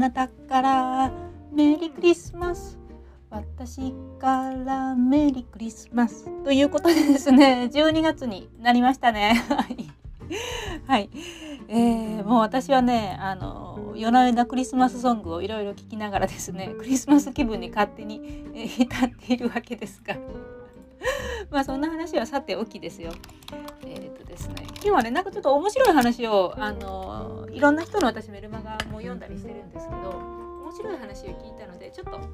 なたからメリークリスマス、私からメリークリスマスということでですね、12月になりましたね。はい、もう私はね、夜な夜なクリスマスソングをいろいろ聴きながらですね、クリスマス気分に勝手に浸っているわけですがまあそんな話はさておきですよ。ですね、今日はね、なんかちょっと面白い話をいろんな人の私メルマガも読んだりしてるんですけど、面白い話を聞いたのでちょっと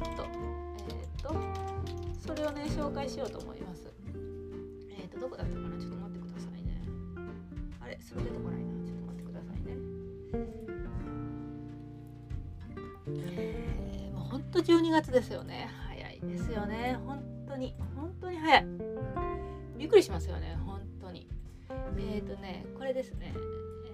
それをね紹介しようと思います。どこだったかな、ちょっと待ってくださいね。あれ、それ出てこないな、ちょっと待ってくださいね。もうほんと12月ですよね。早いですよね。本当に早い。びっくりしますよね、本当に。これですね。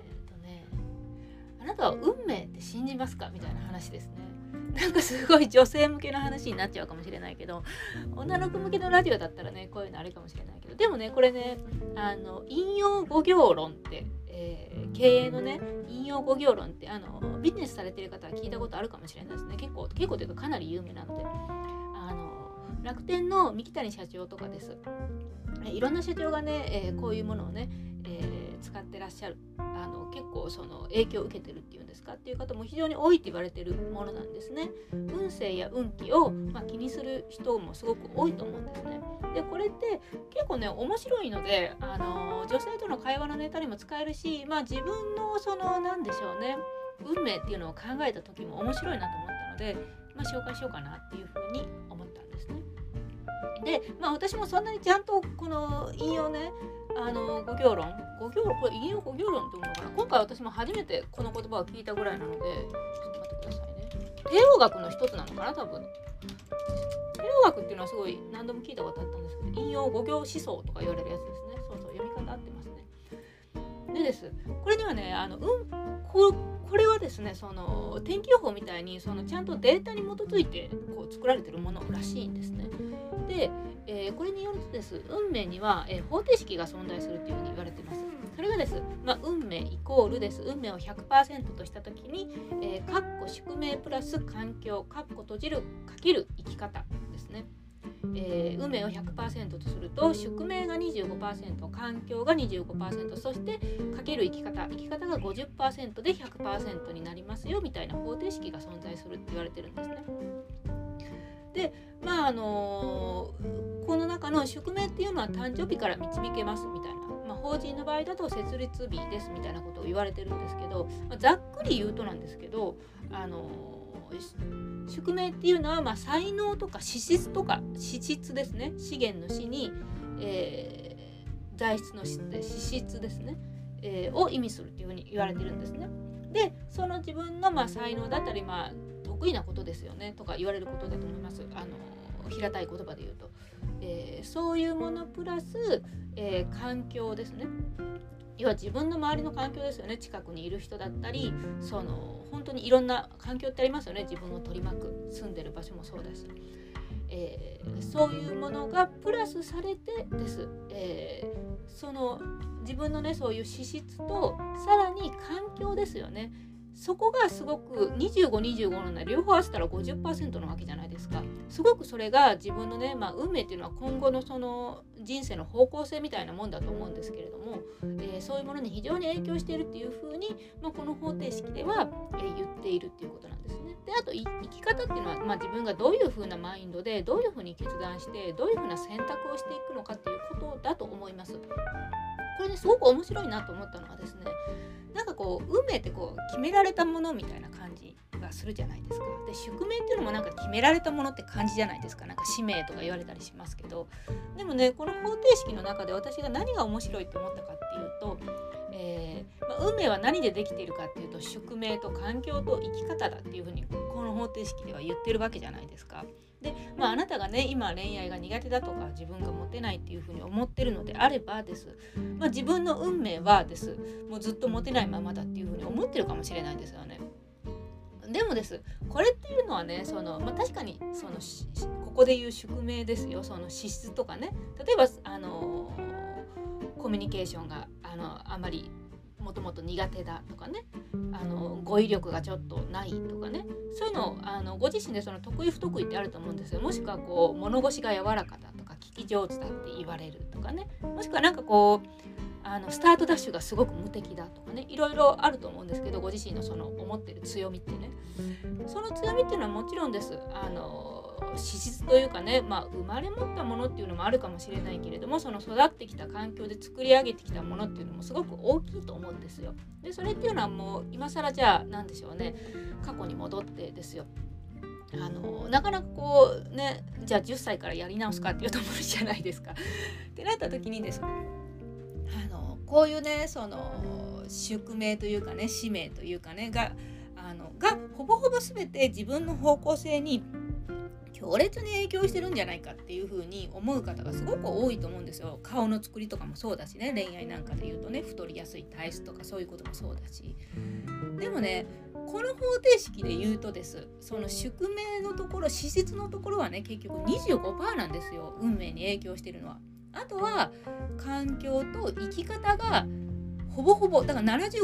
あなたは運命って信じますかみたいな話ですね。なんかすごい女性向けの話になっちゃうかもしれないけど、女の子向けのラジオだったらね、こういうのあるかもしれないけど、でもね、これね、引用語行論って、経営のね、引用語行論ってビジネスされてる方は聞いたことあるかもしれないですね。結構というかかなり有名なので、楽天の三木谷社長とかです。いろんな社長がね、こういうものをね、使ってらっしゃる、結構その影響を受けてるっていうんですかっていう方も非常に多いって言われてるものなんですね。運勢や運気を、気にする人もすごく多いと思うんですね。でこれって結構ね面白いので、女性との会話のネタにも使えるし、自分のそのなんでしょうね、運命っていうのを考えた時も面白いなと思ったので、紹介しようかなっていうふうに思ったんですね。で、私もそんなにちゃんとこの引用ね、語行論、これ引用語行論っていうのかな。今回私も初めてこの言葉を聞いたぐらいなので、ちょっと待ってくださいね。帝王学の一つなのかな、多分。帝王学っていうのはすごい何度も聞いたことあったんですけど、引用語行思想とか言われるやつですね。そう読み方合ってますね。でです、これにはね、これはですね、その天気予報みたいにそのちゃんとデータに基づいてこう作られているものらしいんですね。で、これによるとです、運命には、方程式が存在するというふうに言われています。それがです、運命イコールです。運命を 100% としたときに、宿命プラス環境閉じるかける生き方ですね。運命を 100% とすると宿命が 25%、 環境が 25%、 そしてかける生き方が 50% で 100% になりますよみたいな方程式が存在するって言われてるんですね。で、この中の宿命っていうのは誕生日から導けますみたいな、法人の場合だと設立日ですみたいなことを言われてるんですけど、ざっくり言うとなんですけど、宿命っていうのは、才能とか資質ですね。資源の資に、材質の資質ですね、を意味するっていうふうに言われてるんですね。で、その自分の才能だったり、得意なことですよねとか言われることだと思います。平たい言葉で言うと、そういうものプラス、環境ですね。要は自分の周りの環境ですよね。近くにいる人だったり、その本当にいろんな環境ってありますよね。自分を取り巻く住んでる場所もそうだし、そういうものがプラスされてです、その自分のねそういう資質とさらに環境ですよね。そこがすごく25のね両方合わせたら 50% なわけじゃないですか。すごくそれが自分のね、運命っていうのは今後のその人生の方向性みたいなもんだと思うんですけれども、そういうものに非常に影響しているっていうふうに、この方程式では、言っているっていうことなんですね。で、あと生き方っていうのは、自分がどういうふうなマインドでどういうふうに決断してどういうふうな選択をしていくのかっていうことだと思います。これねすごく面白いなと思ったのはですね、なんかこう運命ってこう決められたものみたいな感じがするじゃないですか。で、宿命っていうのもなんか決められたものって感じじゃないですか。なんか使命とか言われたりしますけど、でもねこの方程式の中で私が何が面白いって思ったかっていうと、運命は何でできているかっていうと宿命と環境と生き方だっていうふうにこの方程式では言ってるわけじゃないですか。で、あなたがね今恋愛が苦手だとか自分がモテないっていうふうに思ってるのであればです、自分の運命はですもうずっとモテないままだっていうふうに思ってるかもしれないんですよね。でもですこれっていうのはね確かにここで言う宿命ですよ。その資質とかね、例えばコミュニケーションがあまりもともと苦手だとかね、語彙力がちょっとないとかね、そういうのをご自身でその得意不得意ってあると思うんですよ。もしくはこう物腰が柔らかだとか聞き上手だって言われるとかね、もしくはなんかこうスタートダッシュがすごく無敵だとかね、いろいろあると思うんですけど、ご自身のその思ってる強みってね、その強みっていうのはもちろんです。資質というかね、生まれ持ったものっていうのもあるかもしれないけれども、その育ってきた環境で作り上げてきたものっていうのもすごく大きいと思うんですよ。でそれっていうのはもう今更じゃあ何でしょうね、過去に戻ってですよ。なかなかこうね、じゃあ10歳からやり直すかっていうと無理じゃないですか。ってなった時にですね、こういうね、その宿命というかね、使命というかねがほぼほぼ全て自分の方向性に強烈に影響してるんじゃないかっていう風に思う方がすごく多いと思うんですよ。顔の作りとかもそうだしね、恋愛なんかで言うとね、太りやすい体質とかそういうこともそうだし、でもね、この方程式で言うとです、その宿命のところ、資質のところはね、結局 25% なんですよ、運命に影響してるのは。あとは環境と生き方がほぼほぼだから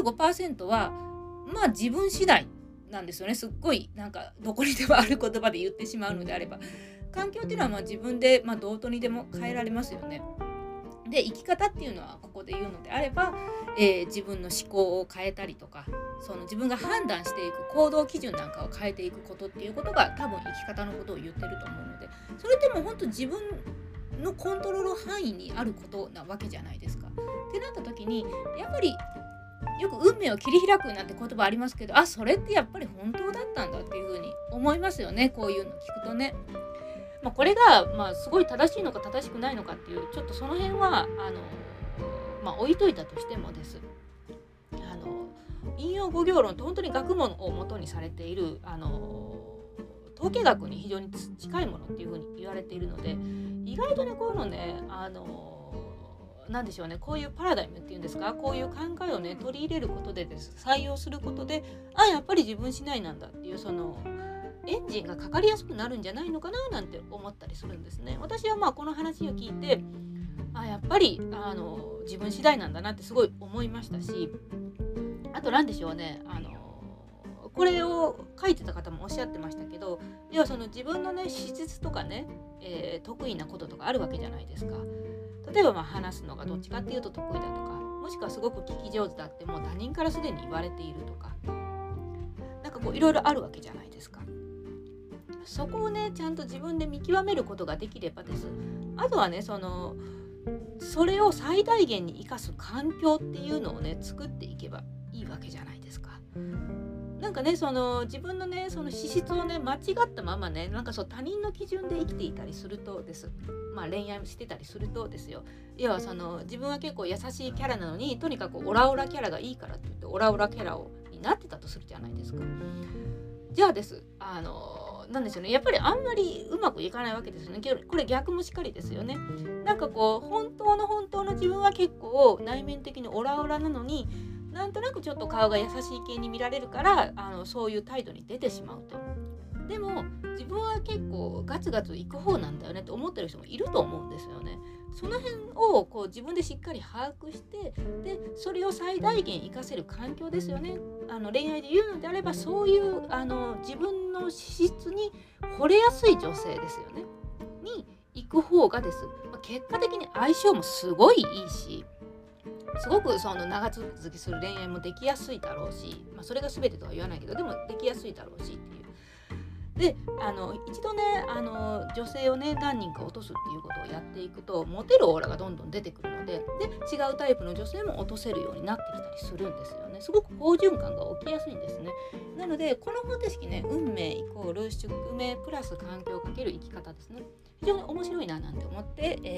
75% は自分次第なんですよね。すっごいなんかどこにでもある言葉で言ってしまうのであれば、環境っていうのは自分でどうとにでも変えられますよね。で生き方っていうのはここで言うのであれば、自分の思考を変えたりとか、その自分が判断していく行動基準なんかを変えていくことっていうことが多分生き方のことを言ってると思うので、それってもう本当自分のコントロール範囲にあることなわけじゃないですか。ってなった時にやっぱりよく運命を切り開くなんて言葉ありますけど、それってやっぱり本当だったんだっていうふうに思いますよね。こういうの聞くとね、これがすごい正しいのか正しくないのかっていう、ちょっとその辺は置いといたとしてもです、引用語行論って本当に学問を元にされている統計学に非常に近いものっていうふうに言われているので、意外とねこういうのね、なんでしょうね、こういうパラダイムっていうんですか、こういう考えをね取り入れることでです、採用することで、やっぱり自分次第なんだっていう、そのエンジンがかかりやすくなるんじゃないのかななんて思ったりするんですね。私はこの話を聞いて、やっぱり自分次第なんだなってすごい思いましたし、あと何でしょうね、これを書いてた方もおっしゃってましたけど、要はその自分のね資質とかね、得意なこととかあるわけじゃないですか。例えば話すのがどっちかっていうと得意だとか、もしくはすごく聞き上手だってもう他人からすでに言われているとか、なんかこういろいろあるわけじゃないですか。そこをねちゃんと自分で見極めることができればです、あとはねそれを最大限に生かす環境っていうのをね作っていけばいいわけじゃないですか。なんかね自分のねその資質をね間違ったままね、なんか他人の基準で生きていたりするとです、恋愛してたりするとですよ、要は自分は結構優しいキャラなのに、とにかくオラオラキャラがいいからって言ってオラオラキャラになってたとするじゃないですか。じゃあですなんですよね、やっぱりあんまりうまくいかないわけですよね。これ逆もしかりですよね。なんかこう本当の自分は結構内面的にオラオラなのに、なんとなくちょっと顔が優しい系に見られるからそういう態度に出てしまうと。でも自分は結構ガツガツいく方なんだよねって思ってる人もいると思うんですよね。その辺をこう自分でしっかり把握して、でそれを最大限活かせる環境ですよね。恋愛で言うのであれば、そういう自分の資質に惚れやすい女性ですよねに行く方がです、結果的に相性もすごいいいし、すごく長続きする恋愛もできやすいだろうし、それが全てとは言わないけど、でもできやすいだろうしっていう。で一度ね女性をね何人か落とすっていうことをやっていくと、モテるオーラがどんどん出てくるので、違うタイプの女性も落とせるようになってきたりするんですよね。すごく好循環が起きやすいんですね。なのでこの方程式ね、運命イコール宿命プラス環境かける生き方ですね、非常に面白いななんて思って、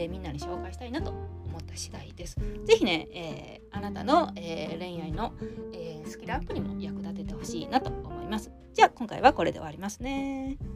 みんなに紹介したいなと思った次第です。ぜひね、あなたの、恋愛の、スキルアップにも役立ててほしいなと思います。じゃあ今回はこれで終わりますね。